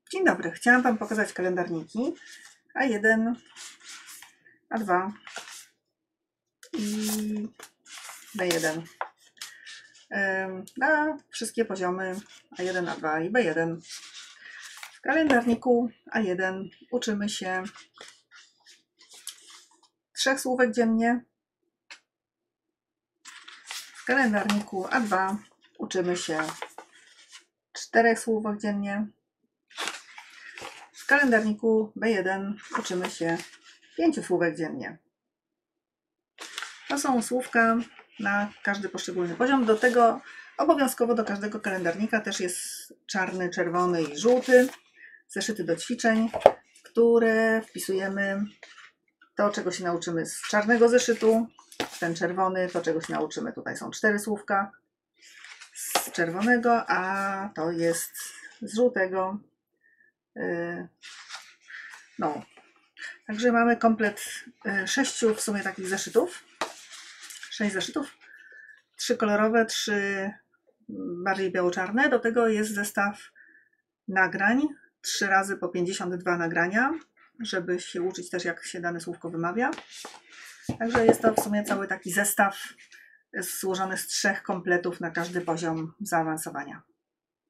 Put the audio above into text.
Dzień dobry, chciałam Wam pokazać kalendarniki A1, A2 i B1 na wszystkie poziomy A1, A2 i B1. W kalendarniku A1 uczymy się 3 słówek dziennie. W kalendarniku A2 uczymy się 4 słówek dziennie. W kalendarniku B1 uczymy się 5 słówek dziennie. To są słówka na każdy poszczególny poziom. Do tego obowiązkowo do każdego kalendarnika też jest czarny, czerwony i żółty zeszyty do ćwiczeń, które wpisujemy to, czego się nauczymy z czarnego zeszytu. Ten czerwony, to czego się nauczymy. Tutaj są 4 słówka z czerwonego, a to jest z żółtego. No, także mamy komplet 6 w sumie takich zeszytów. 6 zeszytów, 3 kolorowe, 3 bardziej biało-czarne. Do tego jest zestaw nagrań, 3 razy po 52 nagrania, żeby się uczyć też, jak się dane słówko wymawia. Także jest to w sumie cały taki zestaw złożony z 3 kompletów na każdy poziom zaawansowania.